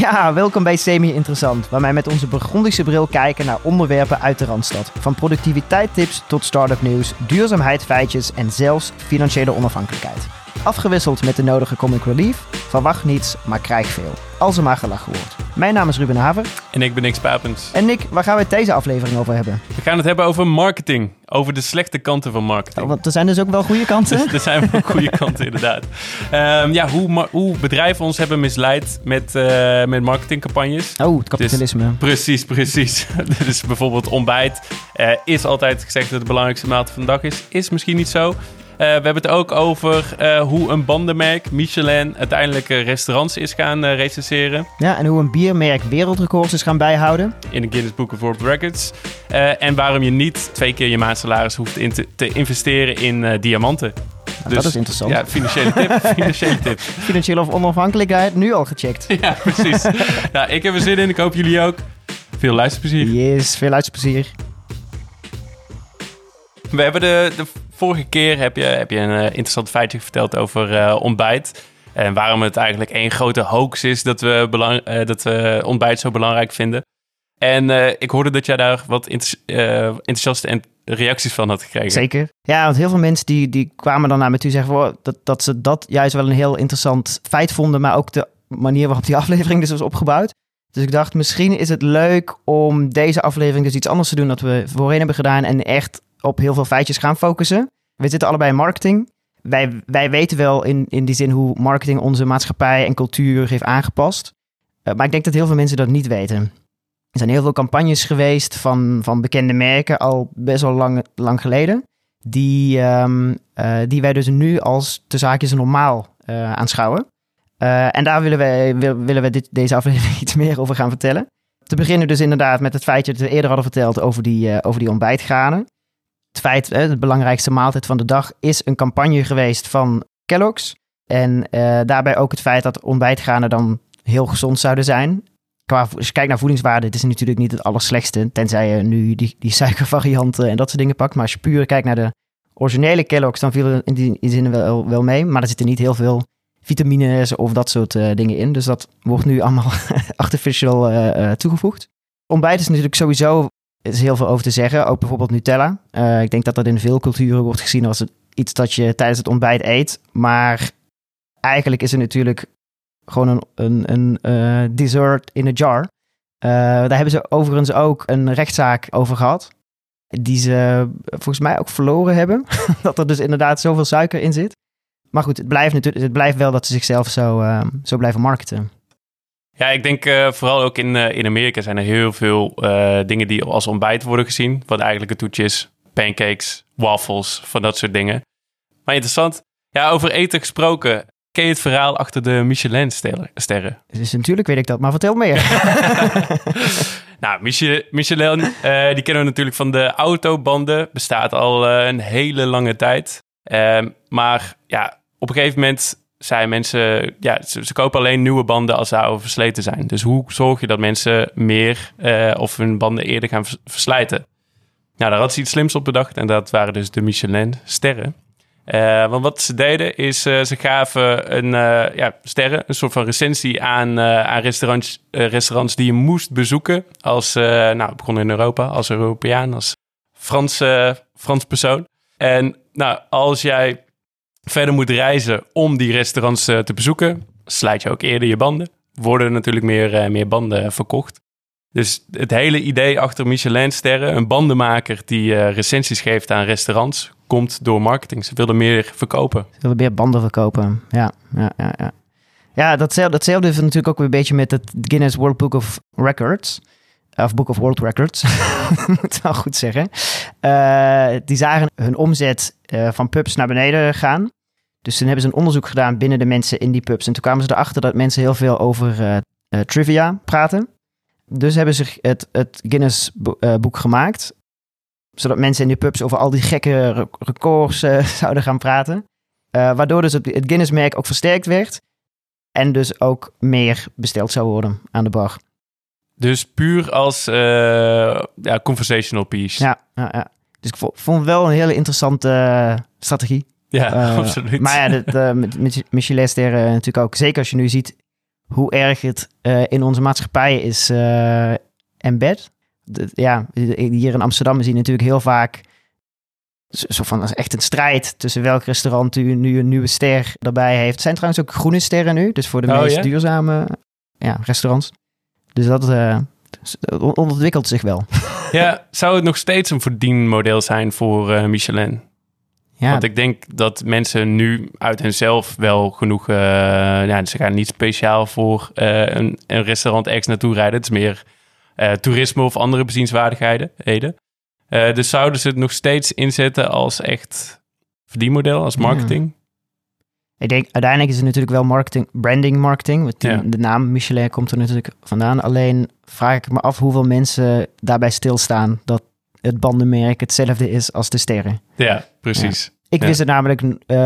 Ja, welkom bij Semi-Interessant, waar wij met onze Burgondische bril kijken naar onderwerpen uit de Randstad. Van productiviteitstips tot start-up nieuws, duurzaamheid, feitjes en zelfs financiële onafhankelijkheid. Afgewisseld met de nodige comic relief, verwacht niets, maar krijg veel. Als er maar gelachen wordt. Mijn naam is Ruben Haver. En ik ben Nick Spapens. En Nick, waar gaan we het deze aflevering over hebben? We gaan het hebben over marketing. Over de slechte kanten van marketing. Oh, want er zijn dus ook wel goede kanten. Er zijn wel goede kanten, inderdaad. Hoe bedrijven ons hebben misleid met marketingcampagnes. Oh, het kapitalisme. Dus, precies. Dus bijvoorbeeld ontbijt is altijd gezegd dat het belangrijkste maaltijd van de dag is. Is misschien niet zo. We hebben het ook over hoe een bandenmerk, Michelin, uiteindelijk restaurants is gaan recenseren. Ja, en hoe een biermerk wereldrecords is gaan bijhouden. In de Guinness Book of World Records. En waarom je niet 2 keer je maandsalaris hoeft te investeren in diamanten. Dus, dat is interessant. Ja, financiële tip. Financiële onafhankelijkheid, nu al gecheckt. Ja, precies. Nou, ik heb er zin in. Ik hoop jullie ook. Veel luisterplezier. Yes, veel luisterplezier. We hebben de vorige keer heb je een interessant feitje verteld over ontbijt. En waarom het eigenlijk één grote hoax is dat we ontbijt zo belangrijk vinden. En ik hoorde dat jij daar wat enthousiaste reacties van had gekregen. Zeker. Ja, want heel veel mensen die kwamen dan naar me toe en zeggen dat ze dat juist wel een heel interessant feit vonden. Maar ook de manier waarop die aflevering dus was opgebouwd. Dus ik dacht, misschien is het leuk om deze aflevering dus iets anders te doen dan we voorheen hebben gedaan. En echt op heel veel feitjes gaan focussen. We zitten allebei in marketing. Wij weten wel in die zin hoe marketing onze maatschappij en cultuur heeft aangepast. Maar ik denk dat heel veel mensen dat niet weten. Er zijn heel veel campagnes geweest van bekende merken al best wel lang geleden. Die wij dus nu als de zaakjes normaal aanschouwen. En daar willen we deze aflevering iets meer over gaan vertellen. Te beginnen dus inderdaad met het feitje dat we eerder hadden verteld over die ontbijtgranen. Het feit, de belangrijkste maaltijd van de dag, is een campagne geweest van Kellogg's. En daarbij ook het feit dat ontbijtgranen dan heel gezond zouden zijn. Als je kijkt naar voedingswaarde, het is natuurlijk niet het allerslechtste. Tenzij je nu die suikervarianten en dat soort dingen pakt. Maar als je puur kijkt naar de originele Kellogg's, dan viel het in die zin wel mee. Maar er zitten niet heel veel vitamines of dat soort dingen in. Dus dat wordt nu allemaal artificial toegevoegd. Ontbijt is natuurlijk sowieso... Er is heel veel over te zeggen, ook bijvoorbeeld Nutella. Ik denk dat dat in veel culturen wordt gezien als iets dat je tijdens het ontbijt eet. Maar eigenlijk is het natuurlijk gewoon een dessert in a jar. Daar hebben ze overigens ook een rechtszaak over gehad. Die ze volgens mij ook verloren hebben. Dat er dus inderdaad zoveel suiker in zit. Maar goed, het blijft wel dat ze zichzelf zo blijven marketen. Ja, ik denk vooral ook in Amerika zijn er heel veel dingen die als ontbijt worden gezien. Wat eigenlijk een toetje is. Pancakes, waffles, van dat soort dingen. Maar interessant. Ja, over eten gesproken. Ken je het verhaal achter de Michelin-sterren? Dus natuurlijk weet ik dat, maar vertel meer. Nou, Michelin, die kennen we natuurlijk van de autobanden. Bestaat al een hele lange tijd. Maar ja, op een gegeven moment... zijn mensen, ja, ze kopen alleen nieuwe banden als ze oude versleten zijn. Dus hoe zorg je dat mensen meer of hun banden eerder gaan verslijten? Nou, daar had ze iets slims op bedacht en dat waren dus de Michelin-sterren. Want wat ze deden is, ze gaven sterren, een soort van recensie aan restaurants die je moest bezoeken. Begon in Europa, als Europeaan, als Frans persoon. En nou, als jij verder moet reizen om die restaurants te bezoeken, slijt je ook eerder je banden. Worden er natuurlijk meer banden verkocht. Dus het hele idee achter Michelin-sterren, een bandenmaker die recensies geeft aan restaurants, komt door marketing. Ze wilden meer verkopen. Ze wilden meer banden verkopen, ja. Ja, datzelfde is natuurlijk ook weer een beetje met het Guinness World Book of Records. Of Book of World Records, moet ik wel goed zeggen. Die zagen hun omzet van pubs naar beneden gaan. Dus toen hebben ze een onderzoek gedaan binnen de mensen in die pubs. En toen kwamen ze erachter dat mensen heel veel over trivia praten. Dus hebben ze het Guinness boek gemaakt. Zodat mensen in die pubs over al die gekke records zouden gaan praten. Waardoor dus het Guinness-merk ook versterkt werd. En dus ook meer besteld zou worden aan de bar. Dus puur als conversational piece. Ja. Dus ik vond het wel een hele interessante strategie. Ja, absoluut. Maar ja, met Michelin-sterren natuurlijk ook. Zeker als je nu ziet hoe erg het in onze maatschappij is embed. Hier in Amsterdam zie je natuurlijk heel vaak zo van, dat is echt een strijd tussen welk restaurant nu een nieuwe ster erbij heeft. Er zijn trouwens ook groene sterren nu, dus voor de meest duurzame restaurants. Dus dat ontwikkelt zich wel. Ja, zou het nog steeds een verdienmodel zijn voor Michelin? Ja. Want ik denk dat mensen nu uit henzelf wel genoeg... ze gaan niet speciaal voor een restaurant ergens naartoe rijden. Het is meer toerisme of andere bezienswaardigheden. Dus zouden ze het nog steeds inzetten als echt verdienmodel, als marketing? Ja. Ik denk, uiteindelijk is het natuurlijk wel marketing, branding marketing. De naam Michelin komt er natuurlijk vandaan. Alleen vraag ik me af hoeveel mensen daarbij stilstaan dat het bandenmerk hetzelfde is als de sterren. Ja, precies. Ja. Ik wist het namelijk...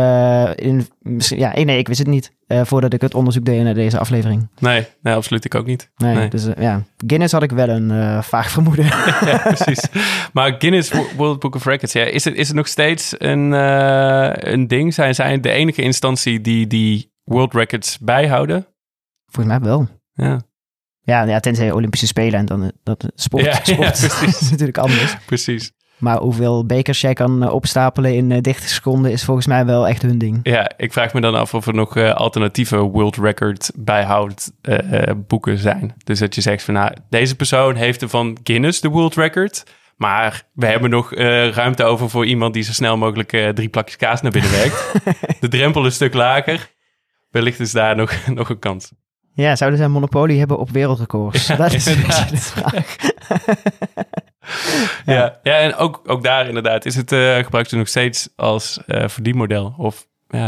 ik wist het niet voordat ik het onderzoek deed naar deze aflevering. Nee, absoluut. Ik ook niet. Nee. Dus Guinness had ik wel een vaag vermoeden. Ja, precies. Maar Guinness World Book of Records, is het nog steeds een ding? Zijn de enige instantie die World Records bijhouden? Volgens mij wel. Ja. Ja, tenzij Olympische Spelen en dan dat sport is natuurlijk anders. Precies. Maar hoeveel bekers jij kan opstapelen in 30 seconden is volgens mij wel echt hun ding. Ja, ik vraag me dan af of er nog alternatieve world record bijhoud boeken zijn. Dus dat je zegt van deze persoon heeft er van Guinness de world record. Maar we hebben nog ruimte over voor iemand die zo snel mogelijk 3 plakjes kaas naar binnen werkt. De drempel een stuk lager. Wellicht is daar nog een kans. Ja, zouden zij een monopolie hebben op wereldrecords? Ja, dat is de vraag. Ja, en ook daar inderdaad. Is het gebruikt ze nog steeds als verdienmodel? Of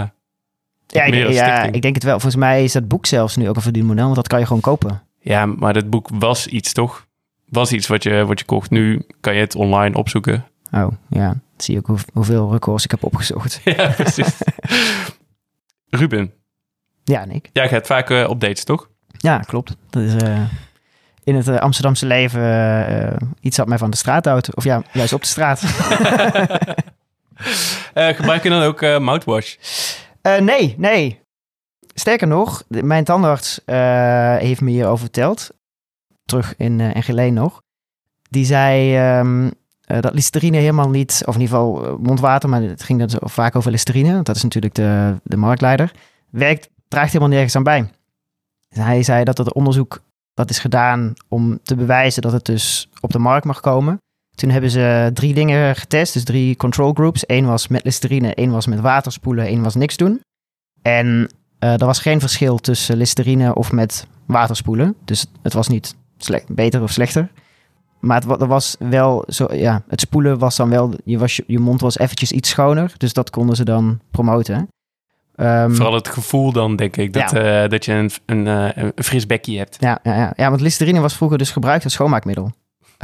ik denk het wel. Volgens mij is dat boek zelfs nu ook een verdienmodel, want dat kan je gewoon kopen. Ja, maar dat boek was iets, toch? Was iets wat je kocht. Nu kan je het online opzoeken. Oh, ja. Zie je ook hoeveel records ik heb opgezocht. Ja, precies. Ruben. Ja, Nick. Jij gaat vaak op dates, toch? Ja, klopt. Dat is in het Amsterdamse leven iets wat mij van de straat houdt. Of ja, juist op de straat. Gebruik je dan ook mouthwash? Nee. Sterker nog, mijn tandarts heeft me hierover verteld. Terug in Geleen nog. Die zei dat Listerine helemaal niet... Of in ieder geval mondwater, maar het ging dan vaak over Listerine. Want dat is natuurlijk de marktleider. Draagt helemaal nergens aan bij. Hij zei dat het onderzoek dat is gedaan om te bewijzen dat het dus op de markt mag komen. Toen hebben ze 3 dingen getest, dus 3 control groups. 1 was met Listerine, 1 was met waterspoelen, 1 was niks doen. En er was geen verschil tussen Listerine of met waterspoelen. Dus het was niet beter of slechter. Maar het was wel zo, het spoelen was dan wel, je mond was eventjes iets schoner. Dus dat konden ze dan promoten. Vooral het gevoel dan, denk ik, dat je een fris bekje hebt. Ja, want Listerine was vroeger dus gebruikt als schoonmaakmiddel.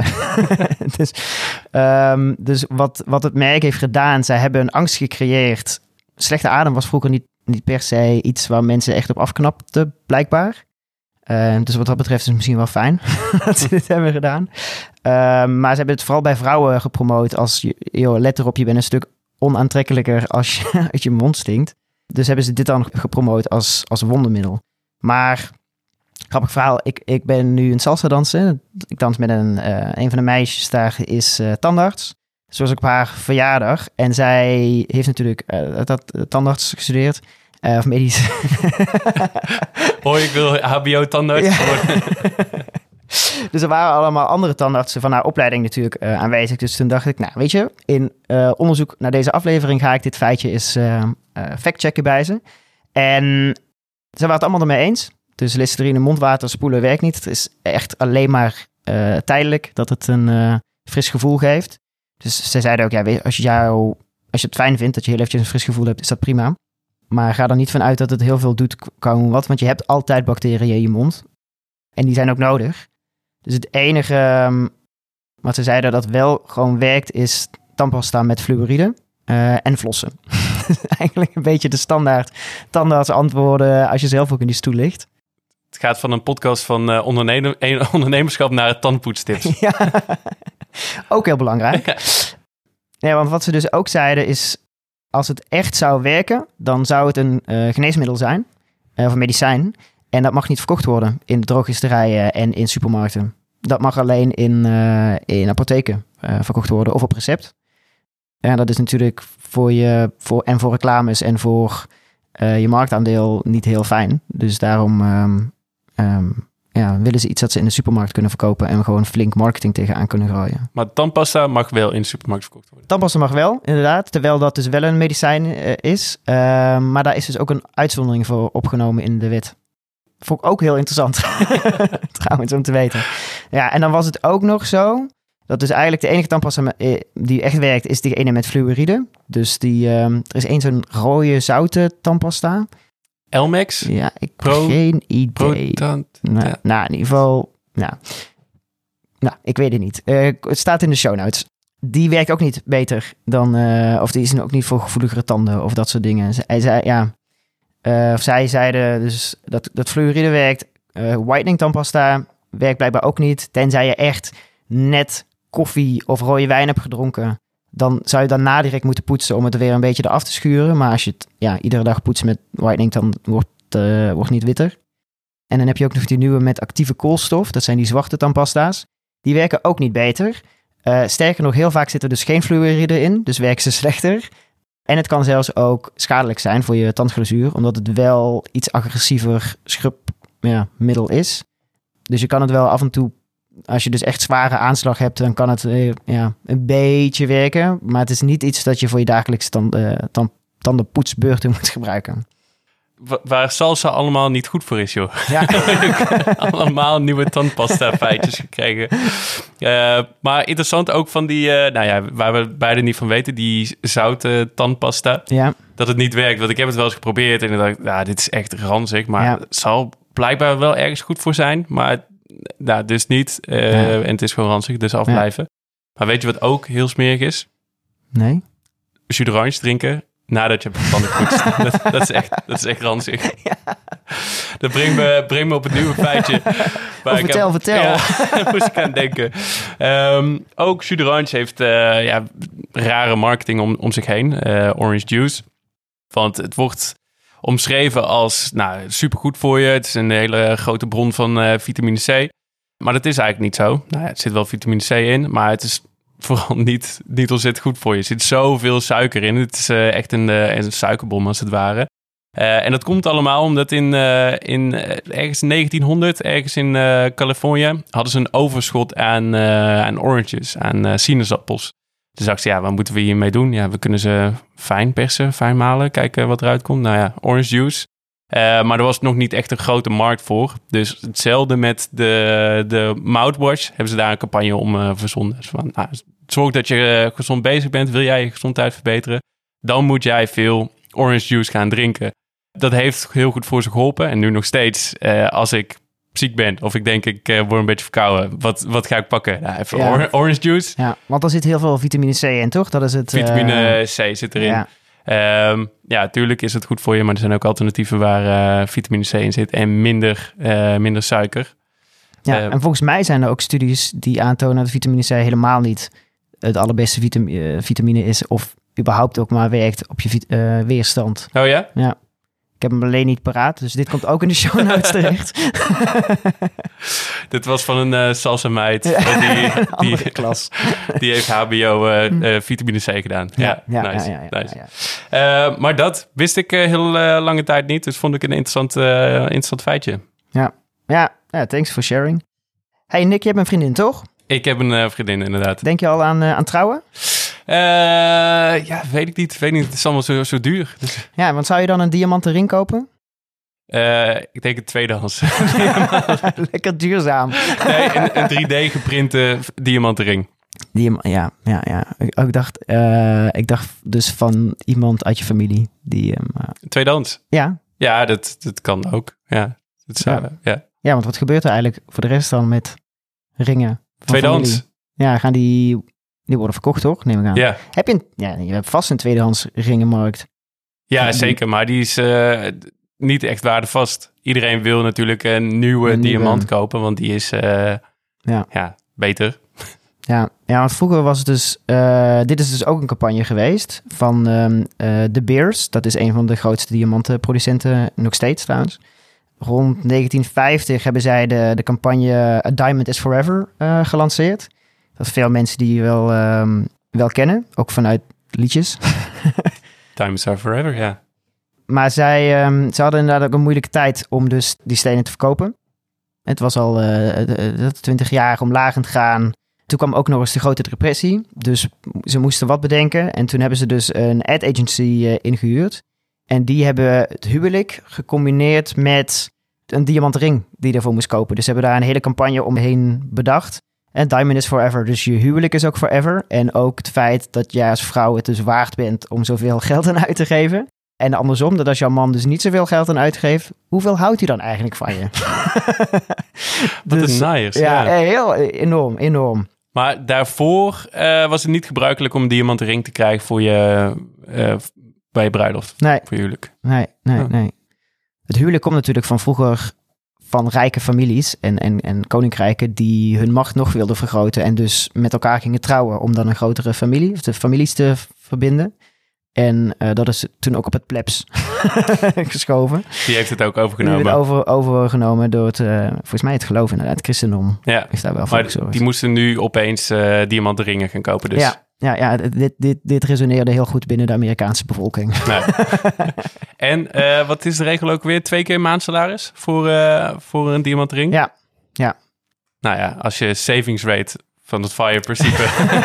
Dus wat het merk heeft gedaan, zij hebben een angst gecreëerd. Slechte adem was vroeger niet per se iets waar mensen echt op afknapten, blijkbaar. Dus wat dat betreft is het misschien wel fijn dat ze dit hebben gedaan. Maar ze hebben het vooral bij vrouwen gepromoot als, let erop, je bent een stuk onaantrekkelijker als je mond stinkt. Dus hebben ze dit dan gepromoot als wondermiddel. Maar, grappig verhaal, ik ben nu een salsa dansen. Ik dans met een van de meisjes daar is tandarts. Zoals ik op haar verjaardag. En zij heeft natuurlijk tandarts gestudeerd. Of medisch. Hoi, ik wil HBO-tandarts worden. Dus er waren allemaal andere tandartsen van haar opleiding natuurlijk aanwezig. Dus toen dacht ik, weet je, in onderzoek naar deze aflevering ga ik dit feitje eens factchecken bij ze. En ze waren het allemaal ermee eens. Dus Listerine mondwater spoelen werkt niet. Het is echt alleen maar tijdelijk dat het een fris gevoel geeft. Dus zij zeiden ook, als je het fijn vindt dat je heel eventjes een fris gevoel hebt, is dat prima. Maar ga er niet van uit dat het heel veel doet want je hebt altijd bacteriën in je mond. En die zijn ook nodig. Dus het enige wat ze zeiden dat wel gewoon werkt is tandpasta met fluoride en flossen. Eigenlijk een beetje de standaard tandarts antwoorden als je zelf ook in die stoel ligt. Het gaat van een podcast van ondernemerschap naar het tandpoetstips. Ja, ook heel belangrijk. Ja, want wat ze dus ook zeiden is, als het echt zou werken, dan zou het een geneesmiddel zijn, of een medicijn. En dat mag niet verkocht worden in drogisterijen en in supermarkten. Dat mag alleen in apotheken verkocht worden of op recept. En dat is natuurlijk voor reclames en voor je marktaandeel niet heel fijn. Dus daarom willen ze iets dat ze in de supermarkt kunnen verkopen en gewoon flink marketing tegenaan kunnen gooien. Maar tandpasta mag wel in de supermarkt verkocht worden? Tandpasta mag wel, inderdaad. Terwijl dat dus wel een medicijn is. Maar daar is dus ook een uitzondering voor opgenomen in de wet. Vond ik ook heel interessant. Trouwens, om te weten. Ja, en dan was het ook nog zo dat dus eigenlijk de enige tandpasta die echt werkt, is die ene met fluoride. Dus er is één zo'n rode zoute tandpasta. Elmex? Ja, ik heb geen idee. Nou, in ieder geval, ik weet het niet. Het staat in de show notes. Die werkt ook niet beter dan, of die is ook niet voor gevoeligere tanden of dat soort dingen. Zij zeiden dus dat fluoride werkt. Whitening tandpasta werkt blijkbaar ook niet. Tenzij je echt net koffie of rode wijn hebt gedronken. Dan zou je daarna direct moeten poetsen om het weer een beetje eraf te schuren. Maar als je het iedere dag poetst met whitening, dan wordt het niet witter. En dan heb je ook nog die nieuwe met actieve koolstof. Dat zijn die zwarte tandpasta's. Die werken ook niet beter. Sterker nog, heel vaak zit er dus geen fluoride in. Dus werken ze slechter. En het kan zelfs ook schadelijk zijn voor je tandglazuur. Omdat het wel iets agressiever scrubmiddel is. Dus je kan het wel af en toe, als je dus echt zware aanslag hebt, dan kan het een beetje werken. Maar het is niet iets dat je voor je dagelijkse tandenpoetsbeurten moet gebruiken. Waar salsa allemaal niet goed voor is, joh. Ja. Allemaal nieuwe tandpasta feitjes gekregen. Maar interessant ook van die, waar we beide niet van weten, die zoute tandpasta. Ja. Dat het niet werkt. Want ik heb het wel eens geprobeerd en ik dacht, dit is echt ranzig. Maar het zal blijkbaar wel ergens goed voor zijn. Maar dus niet. En het is gewoon ranzig, dus afblijven. Ja. Maar weet je wat ook heel smerig is? Nee. Jus d'orange drinken nadat je tanden poetst. dat is echt ranzig. Ja. Dat brengt me op het nieuwe feitje. Vertel. Ja, daar moest ik aan denken. Ook Jus d'orange heeft rare marketing om zich heen. Orange juice. Want het wordt omschreven als supergoed voor je. Het is een hele grote bron van vitamine C. Maar dat is eigenlijk niet zo. Het zit wel vitamine C in, maar het is vooral niet ontzettend goed voor je. Er zit zoveel suiker in. Het is echt een suikerbom als het ware. En dat komt allemaal omdat in ergens 1900, ergens in Californië, hadden ze een overschot aan oranges, aan sinaasappels. Dus dacht ze, wat moeten we hiermee doen? Ja, we kunnen ze fijn persen, fijn malen, kijken wat eruit komt. Orange juice. Maar er was nog niet echt een grote markt voor. Dus hetzelfde met de mouthwash hebben ze daar een campagne om verzonnen. Dus zorg dat je gezond bezig bent. Wil jij je gezondheid verbeteren? Dan moet jij veel orange juice gaan drinken. Dat heeft heel goed voor ze geholpen. En nu nog steeds, als ik ziek ben of ik denk ik word een beetje verkouden, wat ga ik pakken? Even orange juice. Ja, want er zit heel veel vitamine C in, toch? Dat is het. Vitamine C zit erin. Ja. Tuurlijk is het goed voor je, maar er zijn ook alternatieven waar vitamine C in zit en minder suiker. Ja, en volgens mij zijn er ook studies die aantonen dat vitamine C helemaal niet het allerbeste vitamine is of überhaupt ook maar werkt op je weerstand. Oh ja? Ja. Ik heb hem alleen niet paraat, dus dit komt ook in de show notes terecht. Dit was van een salsa meid. Die klas. Die heeft HBO vitamine C gedaan. Ja, nice. Maar dat wist ik heel lange tijd niet. Dus vond ik een interessant feitje. Ja, thanks for sharing. Hey Nick, je hebt een vriendin, toch? Ik heb een vriendin, inderdaad. Denk je al aan trouwen? Weet ik niet. Het is allemaal zo duur. Dus. Ja, want zou je dan een diamanten ring kopen? Ik denk een tweedehands. Lekker duurzaam. Nee, een 3D geprinte diamanten ring. Ja. Ik dacht dus van iemand uit je familie die tweedehands? Ja. Ja, dat kan ook. Ja, Ja, want wat gebeurt er eigenlijk voor de rest dan met ringen? Tweedehands? Familie? Ja, gaan die worden verkocht, toch? Neem ik aan. Ja. Je hebt vast een tweedehands ringenmarkt. Ja, zeker. Maar die is niet echt waardevast. Iedereen wil natuurlijk een nieuwe diamant kopen, want die is beter. Ja, want vroeger was het dus... dit is dus ook een campagne geweest van De Beers. Dat is een van de grootste diamantenproducenten, nog steeds trouwens. rond 1950 hebben zij de campagne A Diamond is Forever gelanceerd. Dat veel mensen die wel kennen, ook vanuit liedjes. Diamonds are forever, ja. Maar ze hadden inderdaad ook een moeilijke tijd om dus die stenen te verkopen. Het was al 20 jaar omlaag aan het gaan. Toen kwam ook nog eens de grote depressie. Dus ze moesten wat bedenken. En toen hebben ze dus een ad agency ingehuurd. En die hebben het huwelijk gecombineerd met een diamanten ring die je daarvoor moest kopen. Dus ze hebben daar een hele campagne omheen bedacht. En Diamond is forever. Dus je huwelijk is ook forever. En ook het feit dat jij als vrouw het dus waard bent om zoveel geld aan uit te geven. En andersom, dat als jouw man dus niet zoveel geld aan uitgeeft, hoeveel houdt hij dan eigenlijk van je? Wat een naaiers. Ja, heel enorm. Maar daarvoor was het niet gebruikelijk om een diamanten ring te krijgen voor je, bij je bruiloft. Nee. Voor je huwelijk. Nee. Het huwelijk komt natuurlijk van vroeger van rijke families en koninkrijken die hun macht nog wilden vergroten en dus met elkaar gingen trouwen om dan een grotere familie, of de families te verbinden. En dat is toen ook op het plebs geschoven. Die heeft het ook overgenomen. Die heeft het overgenomen door het, volgens mij het geloof inderdaad, het christendom. Ja, is daar wel voor gezorgd. Die moesten nu opeens diamanten ringen gaan kopen. Dus. Ja, dit resoneerde heel goed binnen de Amerikaanse bevolking. Nee. En wat is de regel ook weer? 2 keer maandsalaris voor een diamanten ring? Ja. Nou ja, als je savings rate van het FIRE-principe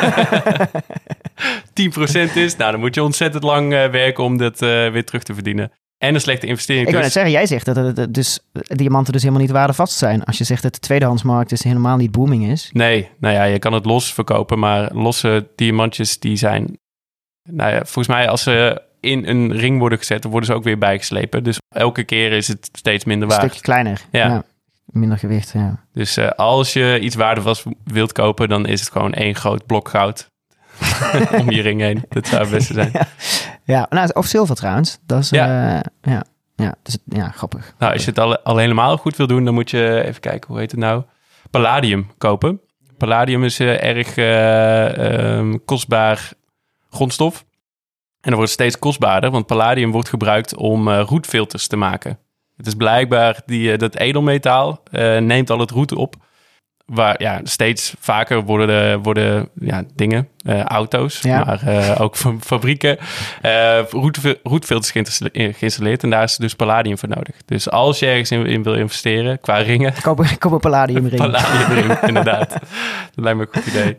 10% is, nou dan moet je ontzettend lang werken om dat weer terug te verdienen. En een slechte investering. Ik wil net zeggen, jij zegt dat dus diamanten dus helemaal niet waardevast zijn. Als je zegt dat de tweedehandsmarkt dus helemaal niet booming is. Nee, nou ja, je kan het los verkopen, maar losse diamantjes die zijn, nou ja, volgens mij als ze in een ring worden gezet, dan worden ze ook weer bijgeslepen. Dus elke keer is het steeds minder waard. Een stukje kleiner. Ja. Minder gewicht, ja. Dus als je iets waardevast wilt kopen, dan is het gewoon 1 groot blok goud om je ring heen. Dat zou het beste zijn. Ja. Nou, of zilver trouwens. Dat is, dus, grappig. Nou, als je het al helemaal goed wil doen, dan moet je even kijken, hoe heet het nou? Palladium kopen. Palladium is erg kostbaar grondstof. En dat wordt steeds kostbaarder, want palladium wordt gebruikt om roetfilters te maken. Het is blijkbaar dat edelmetaal neemt al het roet op. Waar steeds vaker worden dingen, auto's, maar ook fabrieken, roetfilters geïnstalleerd. En daar is dus palladium voor nodig. Dus als je ergens in wil investeren, qua ringen... Koop een palladiumring. Palladiumring, inderdaad. Dat lijkt me een goed idee.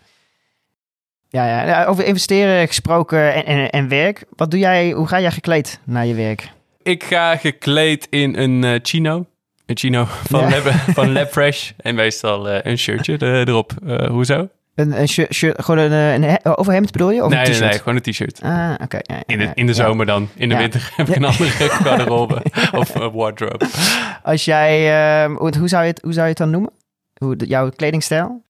Ja, over investeren gesproken en werk. Wat doe jij, hoe ga jij gekleed naar je werk? Ik ga gekleed in een chino. Een chino van Lab Fresh. En meestal een shirtje erop. Hoezo? Een shirt, gewoon een overhemd bedoel je? Of nee, een t-shirt? Nee, gewoon een t-shirt. Ah, oké. In de zomer dan. In de winter heb ik een andere garderobe of wardrobe. Als jij, hoe zou je het dan noemen? Jouw kledingstijl?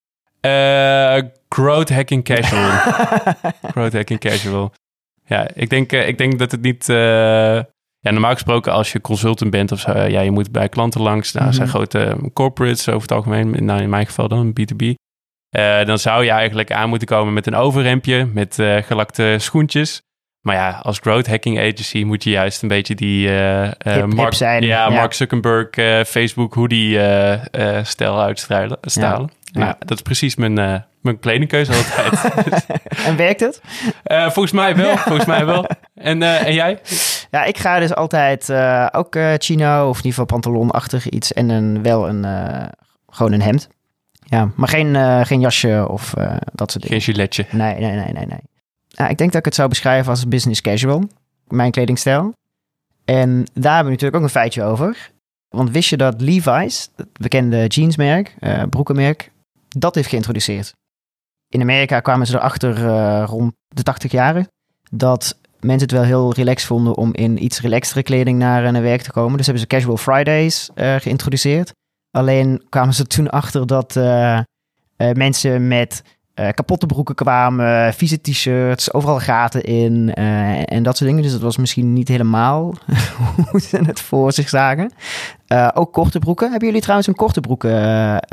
Growth hacking casual. Growth hacking casual. Ja, ik denk dat het niet... normaal gesproken als je consultant bent of zo, je moet bij klanten langs. Nou, zijn grote corporates over het algemeen. Nou, in mijn geval dan B2B. Dan zou je eigenlijk aan moeten komen met een overhemdje, met gelakte schoentjes. Maar ja, als growth hacking agency moet je juist een beetje die hip zijn. Mark Zuckerberg Facebook hoodie stijl uitstralen. Nou, dat is precies mijn kledingkeuze altijd. En werkt het? Volgens mij wel. En jij? Ja, ik ga dus altijd ook chino of in ieder geval pantalonachtig iets en gewoon een hemd. Ja, maar geen jasje of dat soort dingen. Geen giletje. Nee. Ik denk dat ik het zou beschrijven als business casual, mijn kledingstijl. En daar hebben we natuurlijk ook een feitje over. Want wist je dat Levi's, het bekende jeansmerk, broekenmerk, dat heeft geïntroduceerd? In Amerika kwamen ze erachter rond de 80 jaren dat mensen het wel heel relaxed vonden om in iets relaxtere kleding naar werk te komen. Dus hebben ze Casual Fridays geïntroduceerd. Alleen kwamen ze toen achter dat mensen met kapotte broeken kwamen, vieze t-shirts, overal gaten in en dat soort dingen. Dus dat was misschien niet helemaal hoe ze het voor zich zagen. Ook korte broeken. Hebben jullie trouwens een korte broeken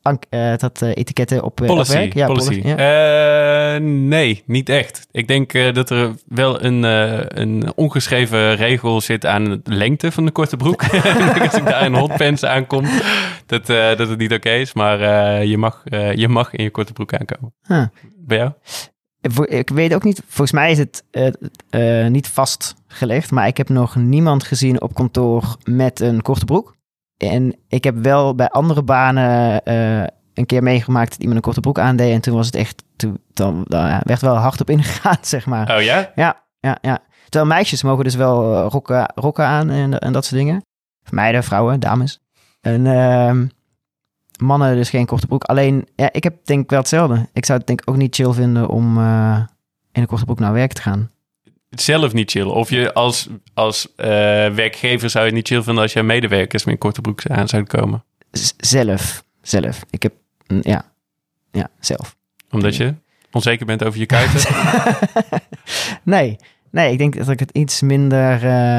etiketten op Policy. werk? Ja, policy. ja. Nee, niet echt. Ik denk dat er wel een ongeschreven regel zit aan de lengte van de korte broek. Als ik daar in hotpants aankom, dat het niet oké is. Maar je mag in je korte broek aankomen. Huh. Bij jou? Ik weet ook niet, volgens mij is het niet vastgelegd, maar ik heb nog niemand gezien op kantoor met een korte broek. En ik heb wel bij andere banen een keer meegemaakt dat iemand een korte broek aandeed. En toen was het echt, dan werd wel hard op ingegaan, zeg maar. Oh ja? Ja. Terwijl meisjes mogen dus wel rokken aan en dat soort dingen. Meiden, vrouwen, dames. En mannen dus geen korte broek. Alleen, ja, ik heb denk ik wel hetzelfde. Ik zou het denk ik ook niet chill vinden om in een korte broek naar werk te gaan. Zelf niet chill. Of je als werkgever zou je het niet chill vinden als je medewerkers met een korte broek aan zouden komen. Zelf. Ik heb, ja, zelf. Omdat je onzeker bent over je kuiten? Nee, ik denk dat ik het iets minder...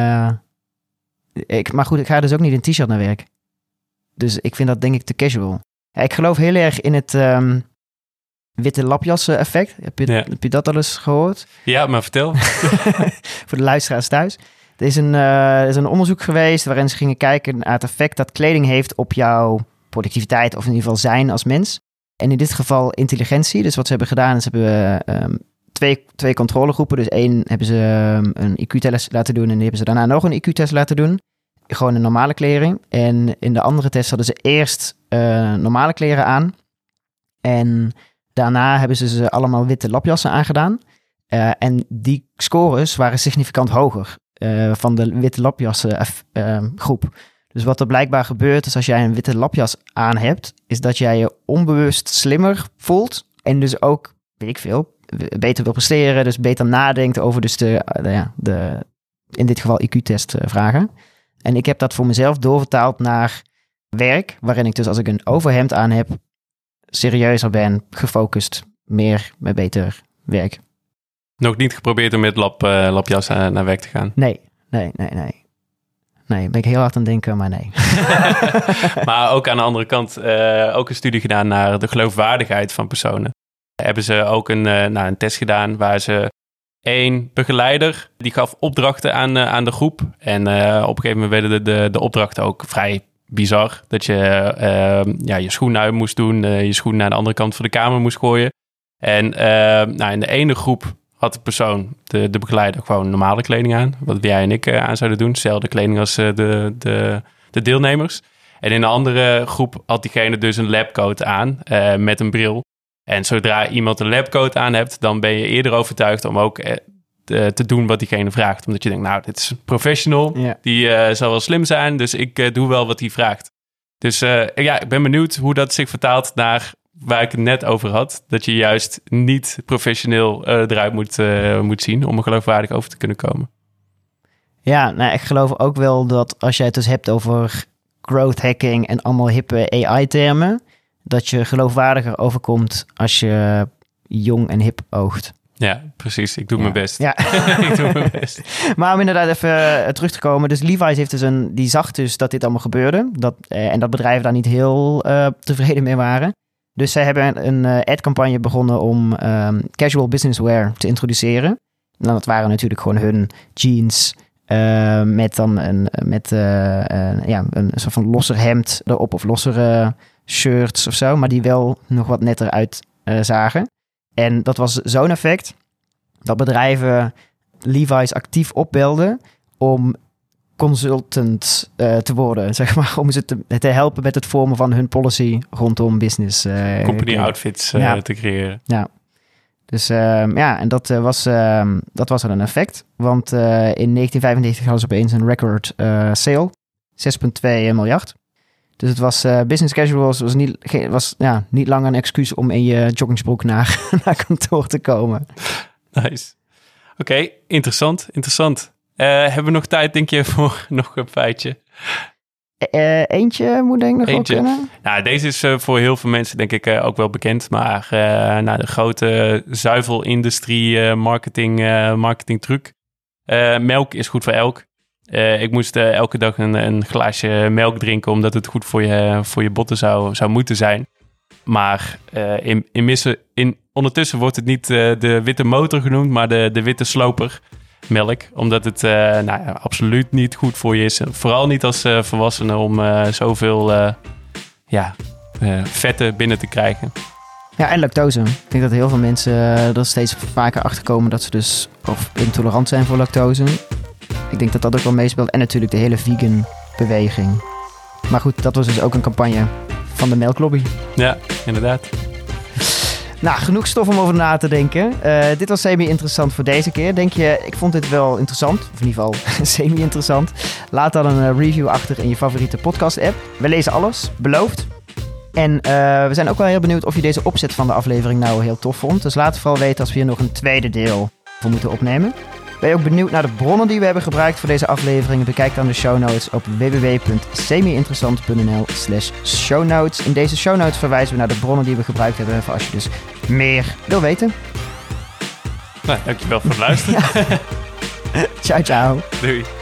maar goed, ik ga dus ook niet in t-shirt naar werk. Dus ik vind dat denk ik te casual. Ja, ik geloof heel erg in het witte lapjassen effect. Heb je dat al eens gehoord? Ja, maar vertel. Voor de luisteraars thuis. Er is een onderzoek geweest waarin ze gingen kijken naar het effect dat kleding heeft op jouw productiviteit of in ieder geval zijn als mens. En in dit geval intelligentie. Dus wat ze hebben gedaan is ze hebben twee controlegroepen. Dus één hebben ze een IQ-test laten doen en die hebben ze daarna nog een IQ-test laten doen. Gewoon een normale kleding. En in de andere test hadden ze eerst normale kleren aan. En daarna hebben ze allemaal witte lapjassen aangedaan. En die scores waren significant hoger van de witte lapjassen groep. Dus wat er blijkbaar gebeurt is als jij een witte lapjas aan hebt, is dat jij je onbewust slimmer voelt. En dus ook, weet ik veel, beter wil presteren. Dus beter nadenkt over dus de in dit geval IQ-test vragen. En ik heb dat voor mezelf doorvertaald naar werk, waarin ik dus als ik een overhemd aan heb, serieuzer ben, gefocust, meer met beter werk. Nog niet geprobeerd om met lapjas naar werk te gaan? Nee, ben ik heel hard aan het denken, maar nee. Maar ook aan de andere kant, ook een studie gedaan naar de geloofwaardigheid van personen. Hebben ze ook een test gedaan waar ze één begeleider, die gaf opdrachten aan de groep. En op een gegeven moment werden de opdrachten ook vrij bizar. Dat je je schoen uit moest doen, je schoen naar de andere kant van de kamer moest gooien. En in de ene groep had de persoon, de begeleider, gewoon normale kleding aan. Wat jij en ik aan zouden doen. Dezelfde kleding als de deelnemers. En in de andere groep had diegene dus een labcoat aan met een bril. En zodra iemand een labcoat aan hebt, dan ben je eerder overtuigd om ook te doen wat diegene vraagt. Omdat je denkt, nou, dit is een professional. Yeah. Die zal wel slim zijn, dus ik doe wel wat hij vraagt. Dus ik ben benieuwd hoe dat zich vertaalt naar waar ik het net over had. Dat je juist niet professioneel eruit moet zien om er geloofwaardig over te kunnen komen. Ja, nou, ik geloof ook wel dat als jij het dus hebt over growth hacking en allemaal hippe AI-termen, dat je geloofwaardiger overkomt als je jong en hip oogt. Ja, precies. Ik doe mijn best. Ja. Ik doe mijn best. Maar om inderdaad even terug te komen. Dus Levi's heeft dus die zag dus dat dit allemaal gebeurde. En dat bedrijven daar niet heel tevreden mee waren. Dus zij hebben een ad-campagne begonnen om casual business wear te introduceren. En dat waren natuurlijk gewoon hun jeans met dan een soort van losser hemd erop of lossere shirts of zo. Maar die wel nog wat netter uitzagen. En dat was zo'n effect dat bedrijven Levi's actief opbelden om consultant te worden, zeg maar. Om ze te helpen met het vormen van hun policy rondom business. Company outfits te creëren. Ja. Dus en dat was wel een effect. Want in 1995 hadden ze opeens een record sale. 6,2 miljard. Dus het was business casual was niet langer een excuus om in je joggingsbroek naar kantoor te komen. Nice. Oké, interessant. Hebben we nog tijd, denk je, voor nog een feitje? Eentje moet denk ik nog wel kunnen. Nou, deze is voor heel veel mensen denk ik ook wel bekend. Maar de grote zuivelindustrie marketing truc. Melk is goed voor elk. Ik moest elke dag een glaasje melk drinken, omdat het goed voor je botten zou moeten zijn. Maar ondertussen wordt het niet de witte motor genoemd, maar de witte slopermelk. Omdat het absoluut niet goed voor je is. Vooral niet als volwassene om zoveel vetten binnen te krijgen. Ja, en lactose. Ik denk dat heel veel mensen er steeds vaker achter komen dat ze dus of intolerant zijn voor lactose. Ik denk dat dat ook wel meespeelt. En natuurlijk de hele vegan beweging. Maar goed, dat was dus ook een campagne van de melklobby. Ja, inderdaad. Nou, genoeg stof om over na te denken. Dit was semi-interessant voor deze keer. Denk je, ik vond dit wel interessant? Of in ieder geval semi-interessant. Laat dan een review achter in je favoriete podcast-app. We lezen alles, beloofd. En we zijn ook wel heel benieuwd of je deze opzet van de aflevering nou heel tof vond. Dus laat het vooral weten als we hier nog een tweede deel voor moeten opnemen. Ben je ook benieuwd naar de bronnen die we hebben gebruikt voor deze aflevering? Bekijk dan de show notes op www.semi-interessant.nl/shownotes. In deze show notes verwijzen we naar de bronnen die we gebruikt hebben voor als je dus meer wil weten. Nou, dankjewel voor het luisteren. Ciao, ciao. Doei.